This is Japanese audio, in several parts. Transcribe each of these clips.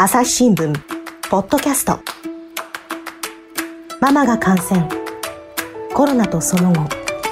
朝日新聞ポッドキャスト、ママが感染、コロナとその後。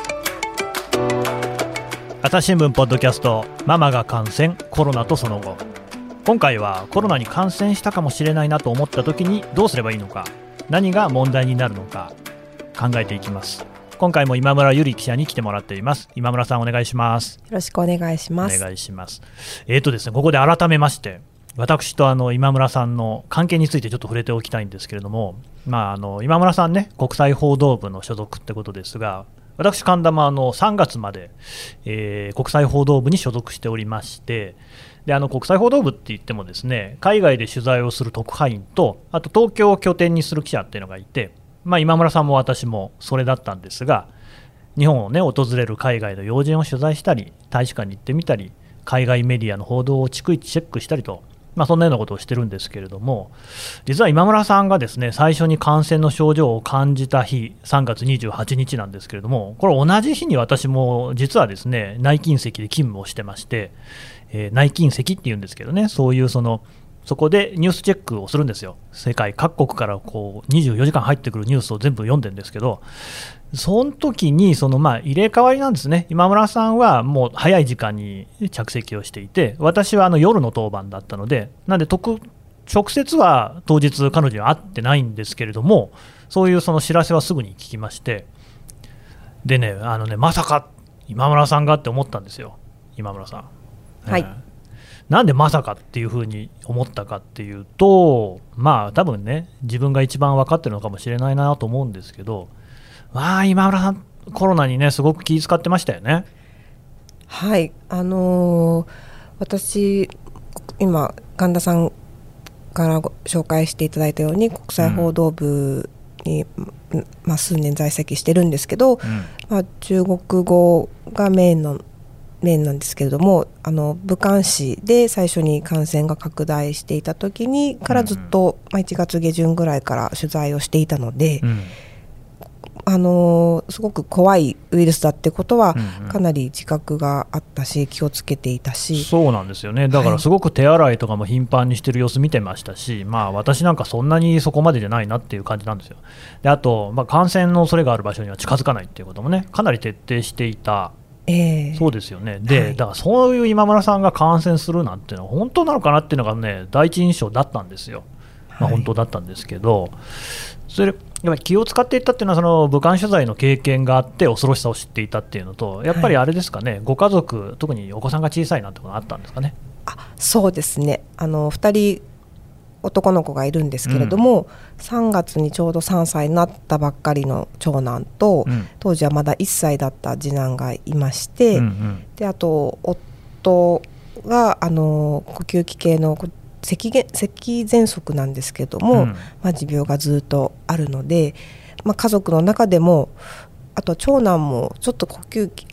朝日新聞ポッドキャスト、ママが感染、コロナとその後。今回はコロナに感染したかもしれないなと思った時にどうすればいいのか、何が問題になるのか考えていきます。今回も今村ゆり記者に来てもらっています。今村さん、お願いします。 よろしくお願いします。 お願いします。ですね、ここで改めまして私と今村さんの関係についてちょっと触れておきたいんですけれども、今村さんね、国際報道部の所属ってことですが、私神田も3月まで、国際報道部に所属しておりまして、で国際報道部って言ってもですね、海外で取材をする特派員と、あと東京を拠点にする記者っていうのがいて、今村さんも私もそれだったんですが、日本をね訪れる海外の要人を取材したり、大使館に行ってみたり、海外メディアの報道を逐一チェックしたりと、そんなようなことをしてるんですけれども、実は今村さんがですね、最初に感染の症状を感じた日、3月28日なんですけれども、これ同じ日に私も実はですね、内勤席で勤務をしてまして、内勤席っていうんですけどね、そういうそこでニュースチェックをするんですよ。世界各国から24時間入ってくるニュースを全部読んでるんですけど、その時に入れ替わりなんですね。今村さんはもう早い時間に着席をしていて、私は夜の当番だったので、なんで直接は当日彼女には会ってないんですけれども、そういう知らせはすぐに聞きまして、でね、まさか今村さんがって思ったんですよ。今村さん、 はい、 なんでまさかっていうふうに思ったかっていうと、多分ね、自分が一番分かってるのかもしれないなと思うんですけど、今村さんコロナにねすごく気遣ってましたよね。 はい、私今神田さんから紹介していただいたように国際報道部に、数年在籍してるんですけど、中国語がメインなんですけれども、武漢市で最初に感染が拡大していた時にからずっと、1月下旬ぐらいから取材をしていたので、すごく怖いウイルスだってことはかなり自覚があったし、気をつけていたし。 そうなんですよね。だからすごく手洗いとかも頻繁にしてる様子見てましたし、私なんかそんなにそこまでじゃないなっていう感じなんですよ。であと、感染の恐れがある場所には近づかないっていうこともね、かなり徹底していた。そうですよね。で、だからそういう今村さんが感染するなんていうのは本当なのかなっていうのがね、第一印象だったんですよ。本当だったんですけど、それやっぱり気を使っていったっていうのは、武漢取材の経験があって恐ろしさを知っていたっていうのと、やっぱりあれですかね、ご家族、特にお子さんが小さいなんてことがあったんですかね。 そうですね、2人男の子がいるんですけれども、3月にちょうど3歳になったばっかりの長男と、当時はまだ1歳だった次男がいまして、であと夫が呼吸器系の咳喘息なんですけども、持病がずっとあるので、家族の中でも、あと長男もちょっと呼吸器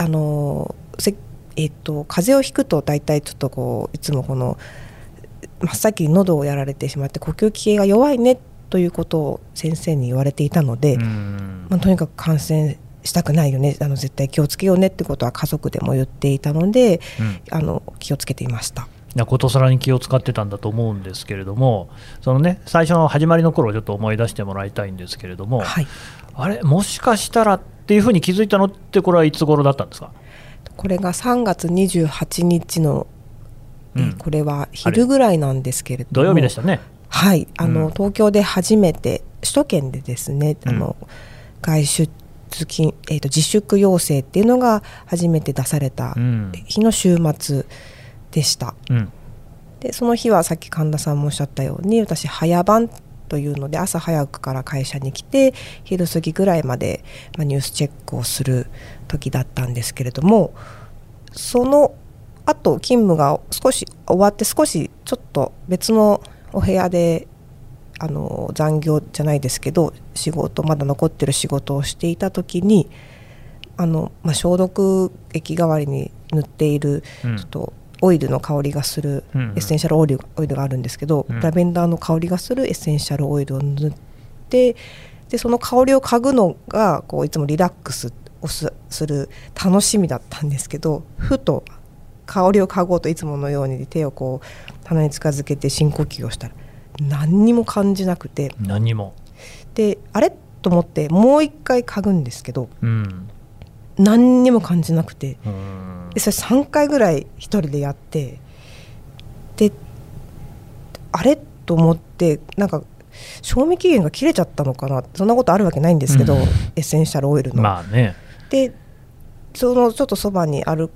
風邪をひくと大体ちょっといつも真っ先に喉をやられてしまって呼吸器系が弱いねということを先生に言われていたので、とにかく感染したくないよね、絶対気をつけようねってことは家族でも言っていたので、気をつけていました。 ことさらに気を使ってたんだと思うんですけれども、最初の始まりの頃をちょっと思い出してもらいたいんですけれども、あれもしかしたらっていうふうに気づいたのって、これはいつ頃だったんですか。 これが3月28日の、これは昼ぐらいなんですけれども、 土曜日でしたね。 はい、東京で初めて、首都圏でですね、外出禁、自粛要請っていうのが初めて出された日の週末でした。でその日はさっき神田さんもおっしゃったように、私早番というので朝早くから会社に来て昼過ぎぐらいまで、ニュースチェックをする時だったんですけれども、その後勤務が少し終わって、少しちょっと別のお部屋で残業じゃないですけどまだ残ってる仕事をしていた時に、消毒液代わりに塗っているちょっとオイルの香りがするエッセンシャルオイルがあるんですけど、ラベンダーの香りがするエッセンシャルオイルを塗って、でその香りを嗅ぐのがいつもリラックスをする楽しみだったんですけど、ふと香りを嗅ごうといつものように手を鼻に近づけて深呼吸をしたら、 何にも感じなくて、 何にもであれと思ってもう一回嗅ぐんですけど、 うん、 何にも感じなくて、でそれ3回ぐらい一人でやって、であれと思って、なんか賞味期限が切れちゃったのかな、そんなことあるわけないんですけど、エッセンシャルオイルの、 まあね、 でそのちょっとそばにある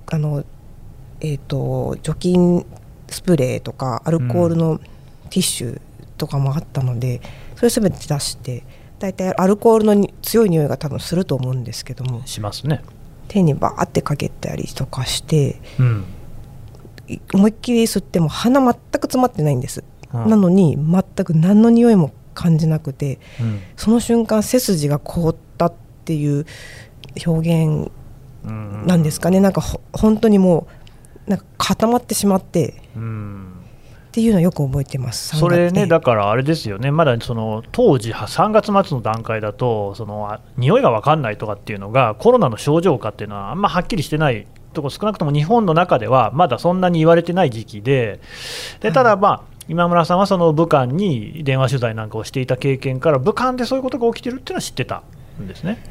除菌スプレーとかアルコールのティッシュとかもあったので、それ全て出して、だいたいアルコールの強い匂いが多分すると思うんですけども、 しますね。 手にバーってかけたりとかして、 うん、 思いっきり吸っても鼻全く詰まってないんです、なのに全く何の匂いも感じなくて、その瞬間背筋が凍ったっていう表現なんですかね。なんか本当にもうなんか固まってしまって、っていうのをよく覚えてます。 それね、だからあれですよね、まだその当時3月末の段階だと、その匂いが分かんないとかっていうのがコロナの症状かっていうのはあんまはっきりしてないとこ、少なくとも日本の中ではまだそんなに言われてない時期で、ただ今村さんはその武漢に電話取材なんかをしていた経験から、武漢でそういうことが起きてるっていうのは知ってたんですね。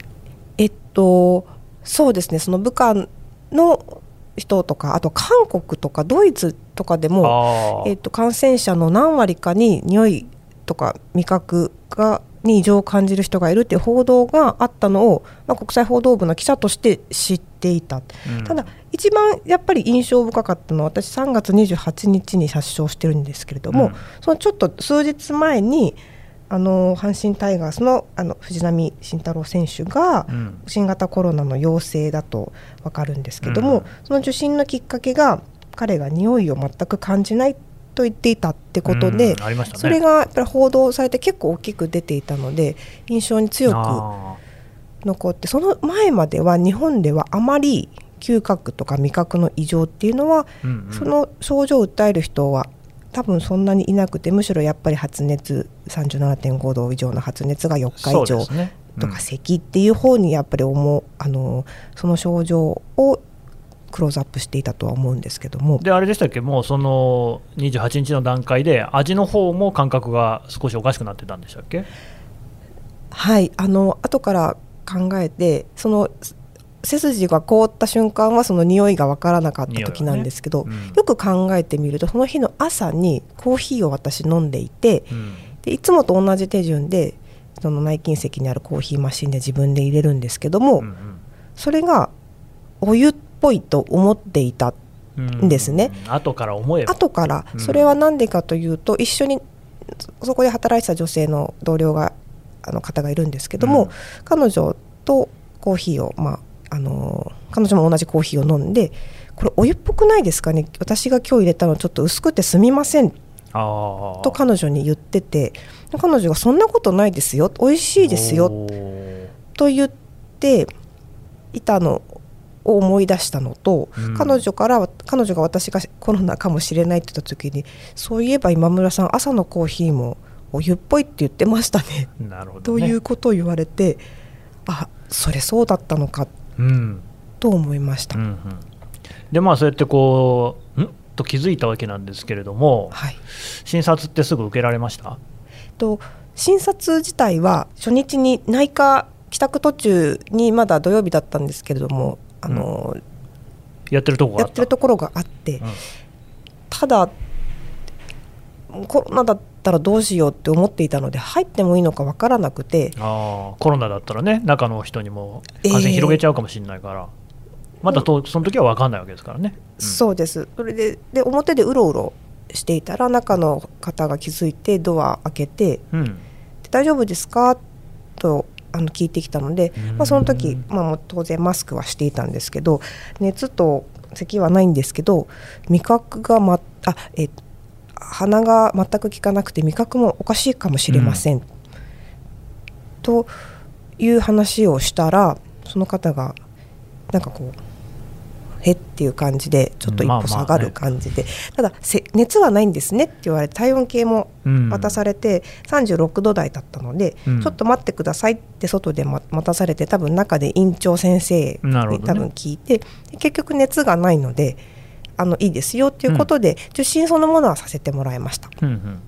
そうですね、その武漢の人とか、あと韓国とかドイツとかでも、感染者の何割かに匂いとか味覚に異常を感じる人がいるっていう報道があったのを、国際報道部の記者として知っていた、ただ一番やっぱり印象深かったのは、私3月28日に発症してるんですけれども、そのちょっと数日前に阪神タイガースの藤浪晋太郎選手が新型コロナの陽性だと分かるんですけども、その受診のきっかけが彼が匂いを全く感じないと言っていたってことで、それがやっぱり報道されて結構大きく出ていたので印象に強く残って、その前までは日本ではあまり嗅覚とか味覚の異常っていうのは、その症状を訴える人は多分そんなにいなくて、むしろやっぱり発熱 37.5 度以上の発熱が4日以上とか咳っていう方にやっぱりその症状をクローズアップしていたとは思うんですけども。 であれでしたっけ、もうその28日の段階で味の方も感覚が少しおかしくなってたんでしたっけ。 はい、後から考えて、その背筋が凍った瞬間はその匂いが分からなかった時なんですけど、よく考えてみるとその日の朝にコーヒーを私飲んでいて、でいつもと同じ手順でその内勤席にあるコーヒーマシンで自分で入れるんですけども、それがお湯っぽいと思っていたんですね。 後から思えば、 後からそれは何でかというと、一緒にそこで働いてた女性の同僚が方がいるんですけども、彼女とコーヒーを彼女も同じコーヒーを飲んで、これお湯っぽくないですかね、私が今日入れたのちょっと薄くてすみませんと彼女に言ってて、彼女がそんなことないですよ、美味しいですよと言っていたのを思い出したのと、彼女が私がコロナかもしれないって言った時に、そういえば今村さん朝のコーヒーもお湯っぽいって言ってましたね、ということを言われて、それそうだったのかと思いました。 でそうやってこうと気づいたわけなんですけれども、診察ってすぐ受けられました？ 診察自体は初日に内科帰宅途中にまだ土曜日だったんですけれども、 やってるところがあって、ただコロナだったらどうしようって思っていたので入ってもいいのか分からなくて、 コロナだったらね、中の人にも感染広げちゃうかもしれないから、まだその時は分かんないわけですからね。 そうです。それで表でうろうろしていたら中の方が気づいてドア開けて、大丈夫ですかと聞いてきたので、その時、もう当然マスクはしていたんですけど、熱と咳はないんですけど、味覚が鼻が全く効かなくて味覚もおかしいかもしれません、という話をしたら、その方がなんかこうへっていう感じでちょっと一歩下がる感じで、ただ熱はないんですねって言われて、体温計も渡されて36度台だったので、ちょっと待ってくださいって外で待たされて、多分中で院長先生に多分聞いて、結局熱がないのでいいですよということで、受診そのものはさせてもらいました。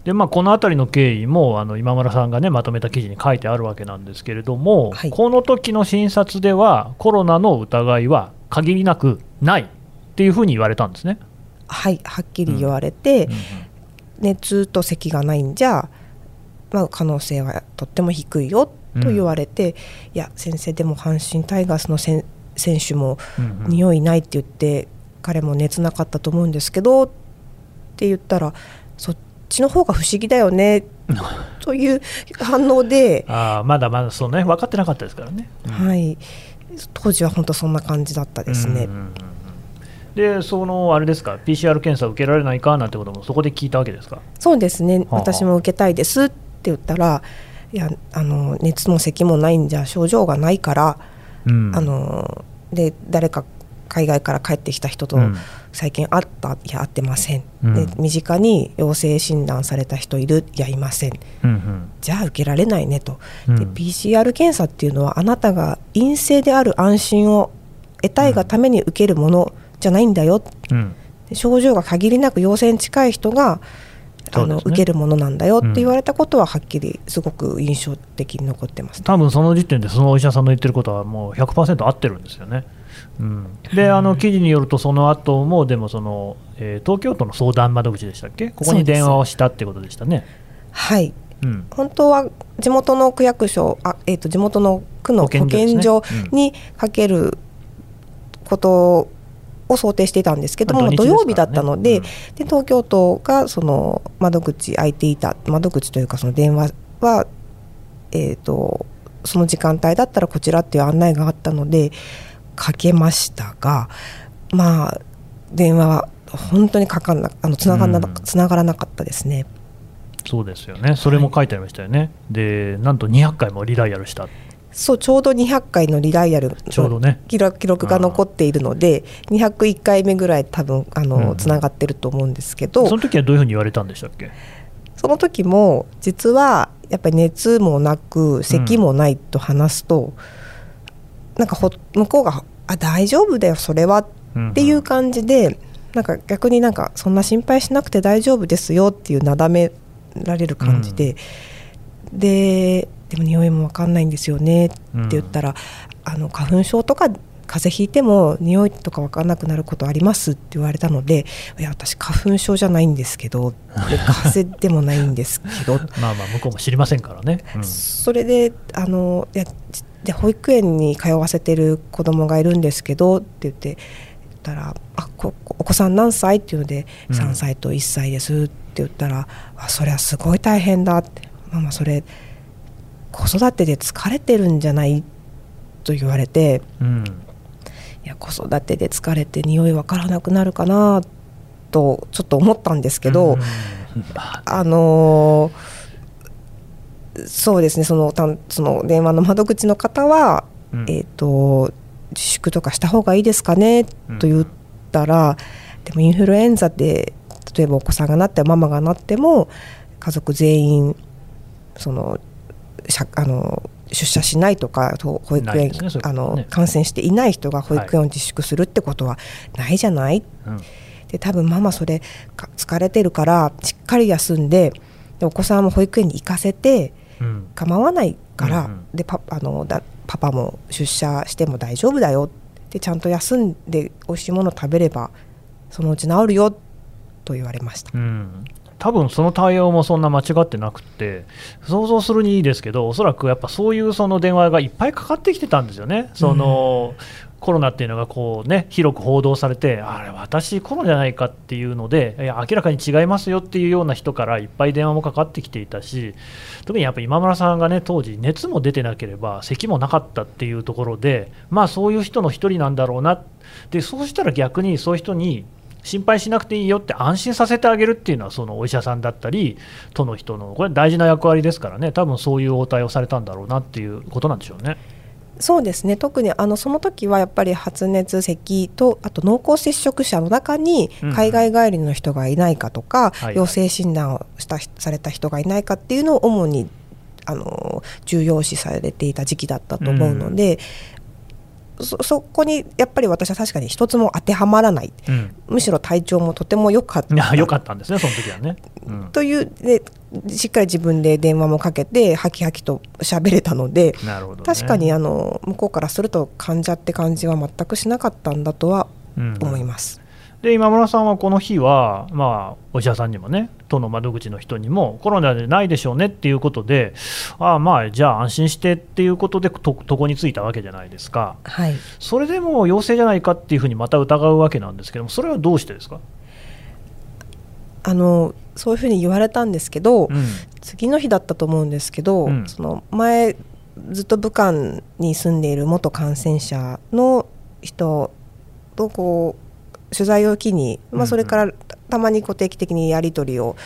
でこのあたりの経緯も今村さんが、ね、まとめた記事に書いてあるわけなんですけれども、はい、この時の診察ではコロナの疑いは限りなくないっていうふうに言われたんですね。 はい、はっきり言われて、熱と咳がないんじゃ、可能性はとっても低いよと言われて、いや先生でも阪神タイガースの選手も匂いないって言って、彼も熱なかったと思うんですけどって言ったら、そっちの方が不思議だよねという反応でまだまだそう、ね、分かってなかったですからね、 はい、当時は本当そんな感じだったですね。 であれですか、 PCR 検査を受けられないかなんてこともそこで聞いたわけですか。 そうですね、私も受けたいですって言ったら、いや熱も咳もないんじゃ症状がないから、で誰か海外から帰ってきた人と最近会った、いや会ってません、で身近に陽性診断された人いる、いやいません、じゃあ受けられないねと、で PCR 検査っていうのはあなたが陰性である安心を得たいがために受けるものじゃないんだよ、で症状が限りなく陽性に近い人が受けるものなんだよって言われたことははっきりすごく印象的に残ってます、 多分その時点でそのお医者さんの言ってることはもう 100% 合ってるんですよね。で記事によるとその後もでも東京都の相談窓口でしたっけ、ここに電話をしたってことでしたね。 はい、本当は地元の区役所地元の区の保健所にかけることを想定していたんですけども、土曜日だったので、で東京都がその窓口開いていた、窓口というかその電話は、その時間帯だったらこちらっていう案内があったのでかけましたが、電話は本当につながらなかったですね。 そうですよね、それも書いてありましたよね、でなんと200回もリダイヤルした。 そう、ちょうど200回のリダイヤルの記録が残っているので、201回目ぐらい多分つながってると思うんですけど、 その時はどういうふうに言われたんでしたっけ。 その時も実はやっぱり熱もなく咳もないと話すと、なんか向こうが大丈夫だよそれはっていう感じで、なんか逆になんかそんな心配しなくて大丈夫ですよっていうなだめられる感じで、でも匂いも分かんないんですよねって言ったら、花粉症とか風邪ひいても匂いとか分かんなくなることありますって言われたので、いや私花粉症じゃないんですけど、で風邪でもないんですけど向こうも知りませんからね、 それでで保育園に通わせてる子供がいるんですけどって言ったら、お子さん何歳っていうので、3歳と1歳ですって言ったら、それはすごい大変だって、ママそれ子育てで疲れてるんじゃないと言われて、いや子育てで疲れて匂い分からなくなるかなとちょっと思ったんですけど、そうですね、その電話の窓口の方は、自粛とかした方がいいですかねと言ったら、でもインフルエンザで例えばお子さんがなってママがなっても家族全員出社しないとか、保育園、感染していない人が保育園を自粛するってことはないじゃない、で多分ママそれ疲れてるからしっかり休んで、お子さんも保育園に行かせて構わないから、でパパも出社しても大丈夫だよで、ちゃんと休んでおいしいもの食べればそのうち治るよと言われました。 多分その対応もそんな間違ってなくて、想像するにいいですけど、おそらくやっぱそういうその電話がいっぱいかかってきてたんですよね。コロナっていうのが広く報道されて、あれ私コロナじゃないかっていうので、明らかに違いますよっていうような人からいっぱい電話もかかってきていたし、特にやっぱ今村さんが当時熱も出てなければ咳もなかったっていうところで、そういう人の一人なんだろうな。でそうしたら逆にそういう人に心配しなくていいよって安心させてあげるっていうのは、そのお医者さんだったり都の人のこれ大事な役割ですからね、多分そういう応対をされたんだろうなっていうことなんでしょうね。 そうですね、特にその時はやっぱり発熱咳と、あと濃厚接触者の中に海外帰りの人がいないかとか、陽性診断をされた人がいないかっていうのを主に重要視されていた時期だったと思うので、 そこにやっぱり私は確かに一つも当てはまらない、むしろ体調もとても良かった。 良かったんですね、その時はね。 というでしっかり自分で電話もかけてハキハキと喋れたので、 なるほどね、 確かに向こうからすると患者って感じは全くしなかったんだとは思います。 で今村さんはこの日は、お医者さんにもね、都の窓口の人にもコロナでないでしょうねっていうことで、じゃあ安心してっていうことでとこについたわけじゃないですか、 はい、 それでも陽性じゃないかっていうふうにまた疑うわけなんですけども、それはどうしてですか？ そういうふうに言われたんですけど、次の日だったと思うんですけど、その前ずっと武漢に住んでいる元感染者の人と取材を機に、それからたまに定期的にやり取りを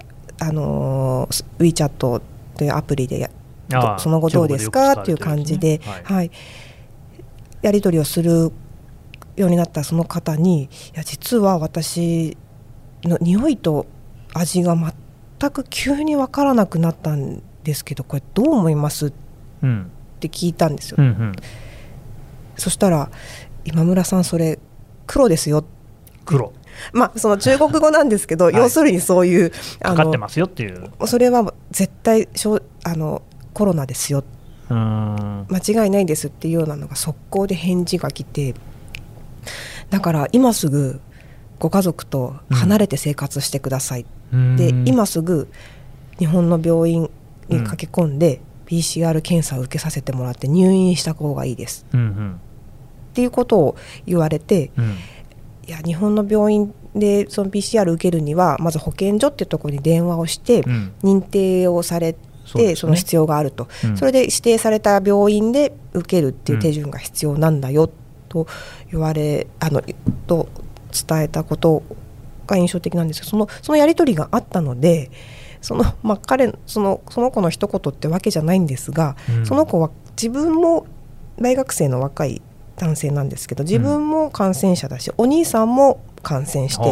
WeChat というアプリでその後どうですかっていう感じで、やり取りをするようになったその方に、いや実は私の匂いと味が全く急に分からなくなったんですけど、これどう思いますって聞いたんですよ。そしたら、今村さんそれ黒ですよ。 黒、 その中国語なんですけど、要するにそういうかかってますよっていう、 それは絶対コロナですよ、間違いないですっていうようなのが速攻で返事が来て、だから今すぐご家族と離れて生活してください、で今すぐ日本の病院に駆け込んで、PCR 検査を受けさせてもらって入院した方がいいです、っていうことを言われて、いや日本の病院でその PCR 受けるにはまず保健所っていうところに電話をして、認定をされて、その必要があると、それで指定された病院で受けるっていう手順が必要なんだよと言われ、と伝えたことが印象的なんですけど、そのやり取りがあったので、その子の一言ってわけじゃないんですが、その子は自分も大学生の若い男性なんですけど、自分も感染者だし、お兄さんも感染して、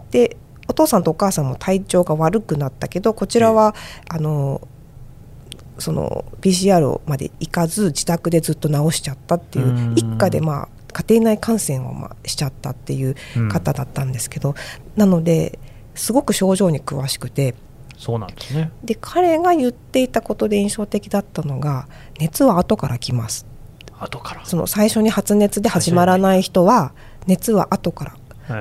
でお父さんとお母さんも体調が悪くなったけど、こちらはその PCR まで行かず自宅でずっと治しちゃったっていう、一家で家庭内感染をしちゃったっていう方だったんですけど、なのですごく症状に詳しくて、 そうなんですね。 で彼が言っていたことで印象的だったのが、熱は後から来ます。 後から、 その最初に発熱で始まらない人は熱は後から、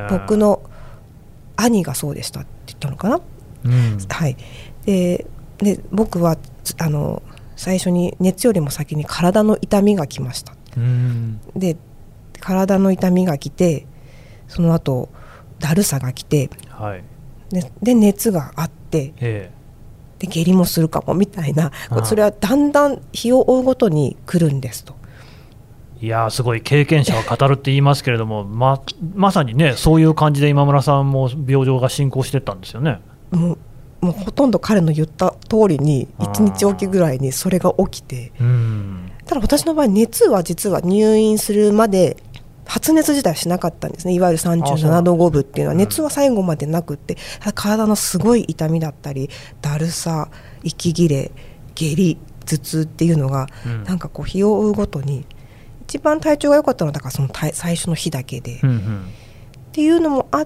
僕の兄がそうでしたって言ったのかな、で僕は最初に熱よりも先に体の痛みが来ました、で体の痛みが来て、その後だるさが来て、で熱があって、で下痢もするかもみたいな、それはだんだん日を追うごとに来るんですと。 いやすごい経験者は語るって言いますけれども、まさにね、そういう感じで今村さんも病状が進行していったんですよね。 もうほとんど彼の言った通りに1日おきぐらいにそれが起きて、ただ私の場合熱は実は入院するまで発熱自体しなかったんですね。いわゆる37度5分っていうのは熱は最後までなくって、体のすごい痛みだったりだるさ、息切れ、下痢、頭痛っていうのが、なんか日を追うごとに、一番体調が良かったのはだからその最初の日だけで、っていうのもあって、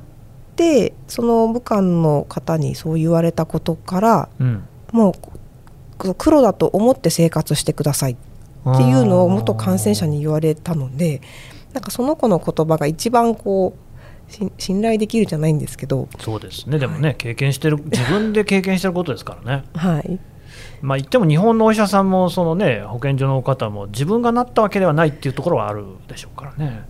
その武漢の方にそう言われたことから、もう黒だと思って生活してくださいっていうのを元感染者に言われたので、なんかその子の言葉が一番信頼できるじゃないんですけど、 そうですね。でもね、経験してる、自分で経験してることですからね。言っても日本のお医者さんもその、保健所の方も自分がなったわけではないっていうところはあるでしょうからね。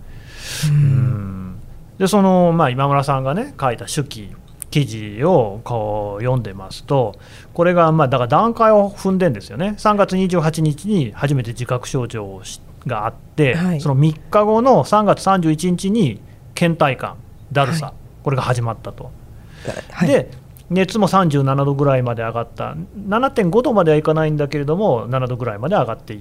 で今村さんがね書いた手記記事を読んでますと、これがだから段階を踏んでんですよね。3月28日に初めて自覚症状があって、その3日後の3月31日に倦怠感、だるさ、これが始まったと。で熱も37度ぐらいまで上がった、7.5 度まではいかないんだけれども7度ぐらいまで上がっていって、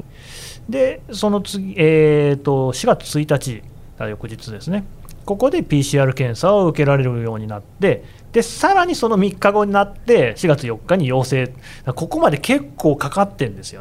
でその次、4月1日、翌日ですね、ここで PCR 検査を受けられるようになって、でさらにその3日後になって4月4日に陽性、ここまで結構かかってんですよね。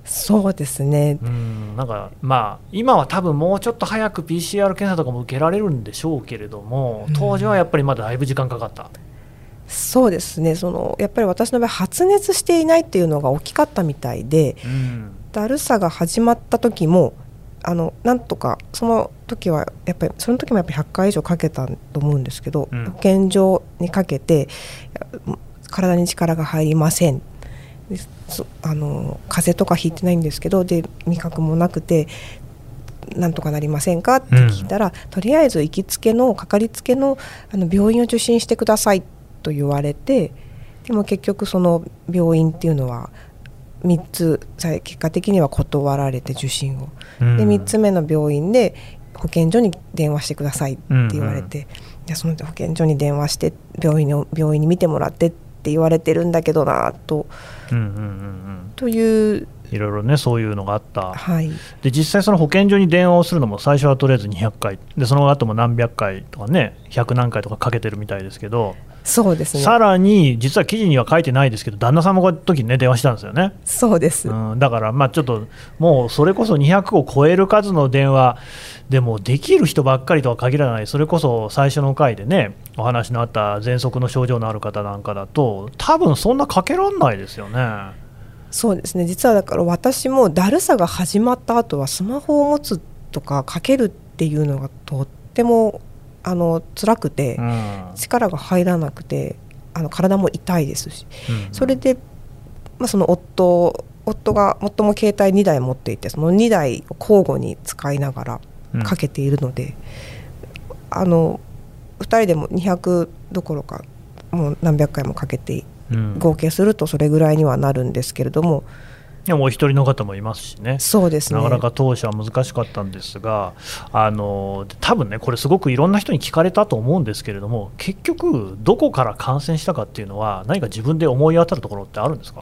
そうですね。 なんか今は多分もうちょっと早く PCR 検査とかも受けられるんでしょうけれども、当時はやっぱりまだだいぶ時間かかった。 そうですね。やっぱり私の場合発熱していないっていうのが大きかったみたいで、だるさが始まった時もなんとかその時もやっぱり100回以上かけたと思うんですけど、保健所にかけて体に力が入りません、風邪とかひいてないんですけど、で味覚もなくてなんとかなりませんかって聞いたら、とりあえず行きつけのかかりつけの病院を受診してくださいと言われて、でも結局その病院っていうのは3つ結果的には断られて受診を、で3つ目の病院で保健所に電話してくださいって言われて、その保健所に電話して病院に見てもらってって言われてるんだけどなと、といういろいろね、そういうのがあった、 はい、 で実際その保健所に電話をするのも最初はとりあえず200回で、その後も何百回とかね、100何回とかかけてるみたいですけど、 そうですね、 さらに実は記事には書いてないですけど、旦那さんもこの時にね電話したんですよね。 そうです、 だからちょっともうそれこそ200を超える数の電話でもできる人ばっかりとは限らない。それこそ最初の回でねお話のあった喘息の症状のある方なんかだと多分そんなかけらんないですよね。 そうですね。実はだから私もだるさが始まった後はスマホを持つとかかけるっていうのがとっても辛くて、力が入らなくて体も痛いですし、それで、その夫が最も携帯2台持っていて、その2台を交互に使いながらかけているので、2人でも200どころかもう何百回もかけて、合計するとそれぐらいにはなるんですけれども、 いやもうお一人の方もいますしね。 そうですね、 なかなか当初は難しかったんですが、多分ねこれすごくいろんな人に聞かれたと思うんですけれども、結局どこから感染したかっていうのは何か自分で思い当たるところってあるんですか？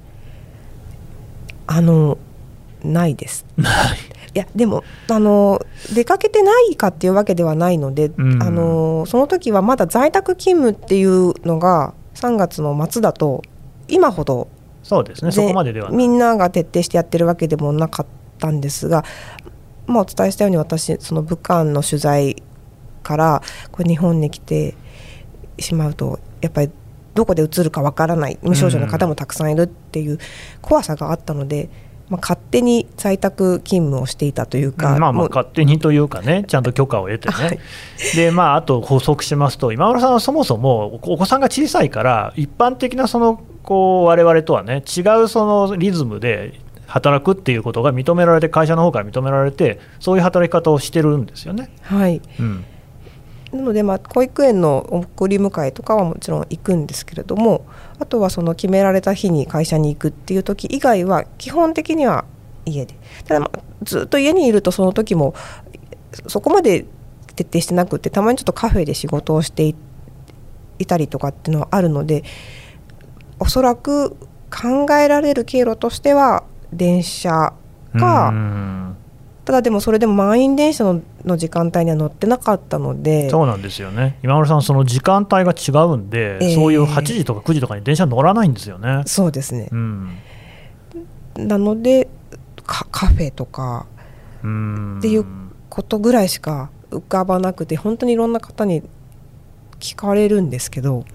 ないですいやでも出かけてないかっていうわけではないので、その時はまだ在宅勤務っていうのが3月の末だと今ほど、 そうですね、そこまでではない、 みんなが徹底してやってるわけでもなかったんですが、お伝えしたように私その武漢の取材からこれ日本に来てしまうとやっぱりどこでうつるかわからない無症状の方もたくさんいるっていう怖さがあったので、勝手に在宅勤務をしていたというか、 勝手にというかね、ちゃんと許可を得てね、はい、であと補足しますと、今村さんはそもそもお子さんが小さいから一般的な我々とはね違うそのリズムで働くっていうことが認められて、会社の方から認められて、そういう働き方をしてるんですよね。 はい、なので保育園の送り迎えとかはもちろん行くんですけれども、あとはその決められた日に会社に行くっていう時以外は基本的には家で、ただずっと家にいるとその時もそこまで徹底してなくて、たまにちょっとカフェで仕事をしていたりとかっていうのはあるので、おそらく考えられる経路としては電車か、ただでもそれでも満員電車の時間帯には乗ってなかったので。 そうなんですよね、今村さんその時間帯が違うんで、そういう8時とか9時とかに電車乗らないんですよね。 そうですね、なのでカフェとかっていうことぐらいしか浮かばなくて、本当にいろんな方に聞かれるんですけど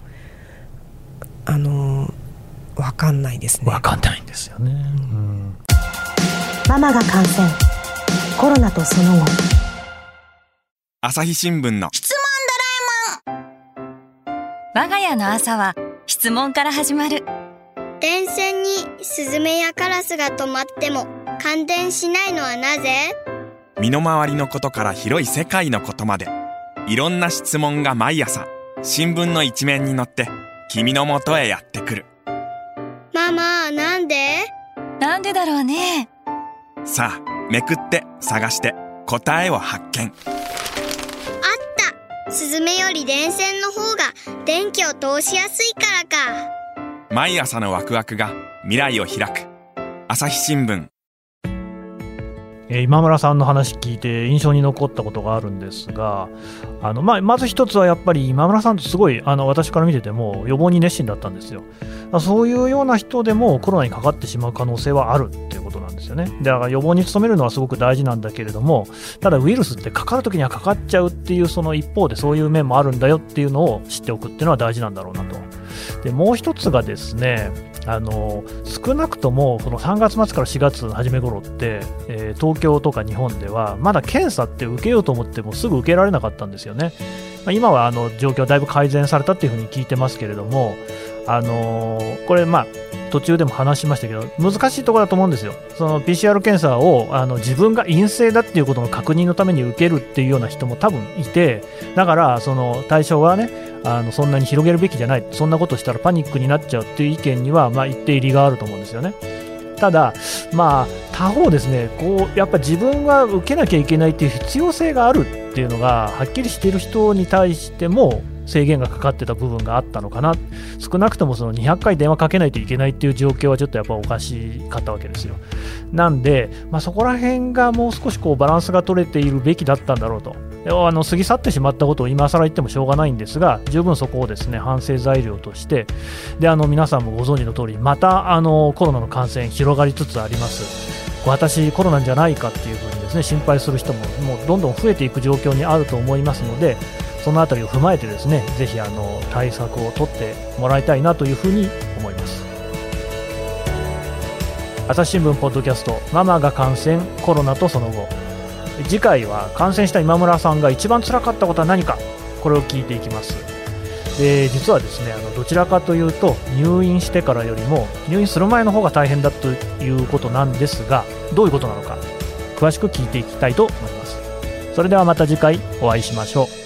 分かんないですね。 分かんないんですよね、 ママが感染、コロナとその後。 朝日新聞の質問ドラえもん。我が家の朝は質問から始まる。 電線にスズメやカラスが止まっても感電しないのはなぜ？ 身の回りのことから広い世界のことまで、いろんな質問が毎朝新聞の一面に載って君の元へやってくる。 ママ、なんで？ なんでだろうね。 さあめくって探して答えを発見。 あった。スズメより電線の方が電気を通しやすいからか。 毎朝のワクワクが未来を開く。朝日新聞。 今村さんの話聞いて印象に残ったことがあるんですが、まず一つはやっぱり今村さんってすごい私から見てても予防に熱心だったんですよ。そういうような人でもコロナにかかってしまう可能性はあるっていうことなんうんですよね。だから予防に努めるのはすごく大事なんだけれども、ただウイルスってかかるときにはかかっちゃうっていうその一方でそういう面もあるんだよっていうのを知っておくっていうのは大事なんだろうなと。でもう一つがですね、少なくともこの3月末から4月初め頃って、東京とか日本ではまだ検査って受けようと思ってもすぐ受けられなかったんですよね。今は状況はだいぶ改善されたっていうふうに聞いてますけれども、これ途中でも話しましたけど難しいところだと思うんですよ。その PCR 検査を自分が陰性だっていうことの確認のために受けるっていうような人も多分いて、だからその対象はねそんなに広げるべきじゃない、そんなことしたらパニックになっちゃうっていう意見には一定理があると思うんですよね。ただ他方ですね、やっぱ自分は受けなきゃいけないっていう必要性があるっていうのがはっきりしている人に対しても制限がかかってた部分があったのかな。少なくともその200回電話かけないといけないっていう状況はちょっとやっぱおかしかったわけですよ。なんで、そこら辺がもう少しバランスが取れているべきだったんだろうと。過ぎ去ってしまったことを今更言ってもしょうがないんですが、十分そこをですね反省材料として、で皆さんもご存知の通りまたコロナの感染広がりつつあります。私コロナじゃないかっていうふうにですね心配する人ももうどんどん増えていく状況にあると思いますので、そのあたりを踏まえてですねぜひ対策を取ってもらいたいなというふうに思います。朝日新聞ポッドキャスト、ママが感染コロナとその後。次回は感染した今村さんが一番辛かったことは何か、これを聞いていきます。で実はですねどちらかというと入院してからよりも入院する前の方が大変だということなんですが、どういうことなのか詳しく聞いていきたいと思います。それではまた次回お会いしましょう。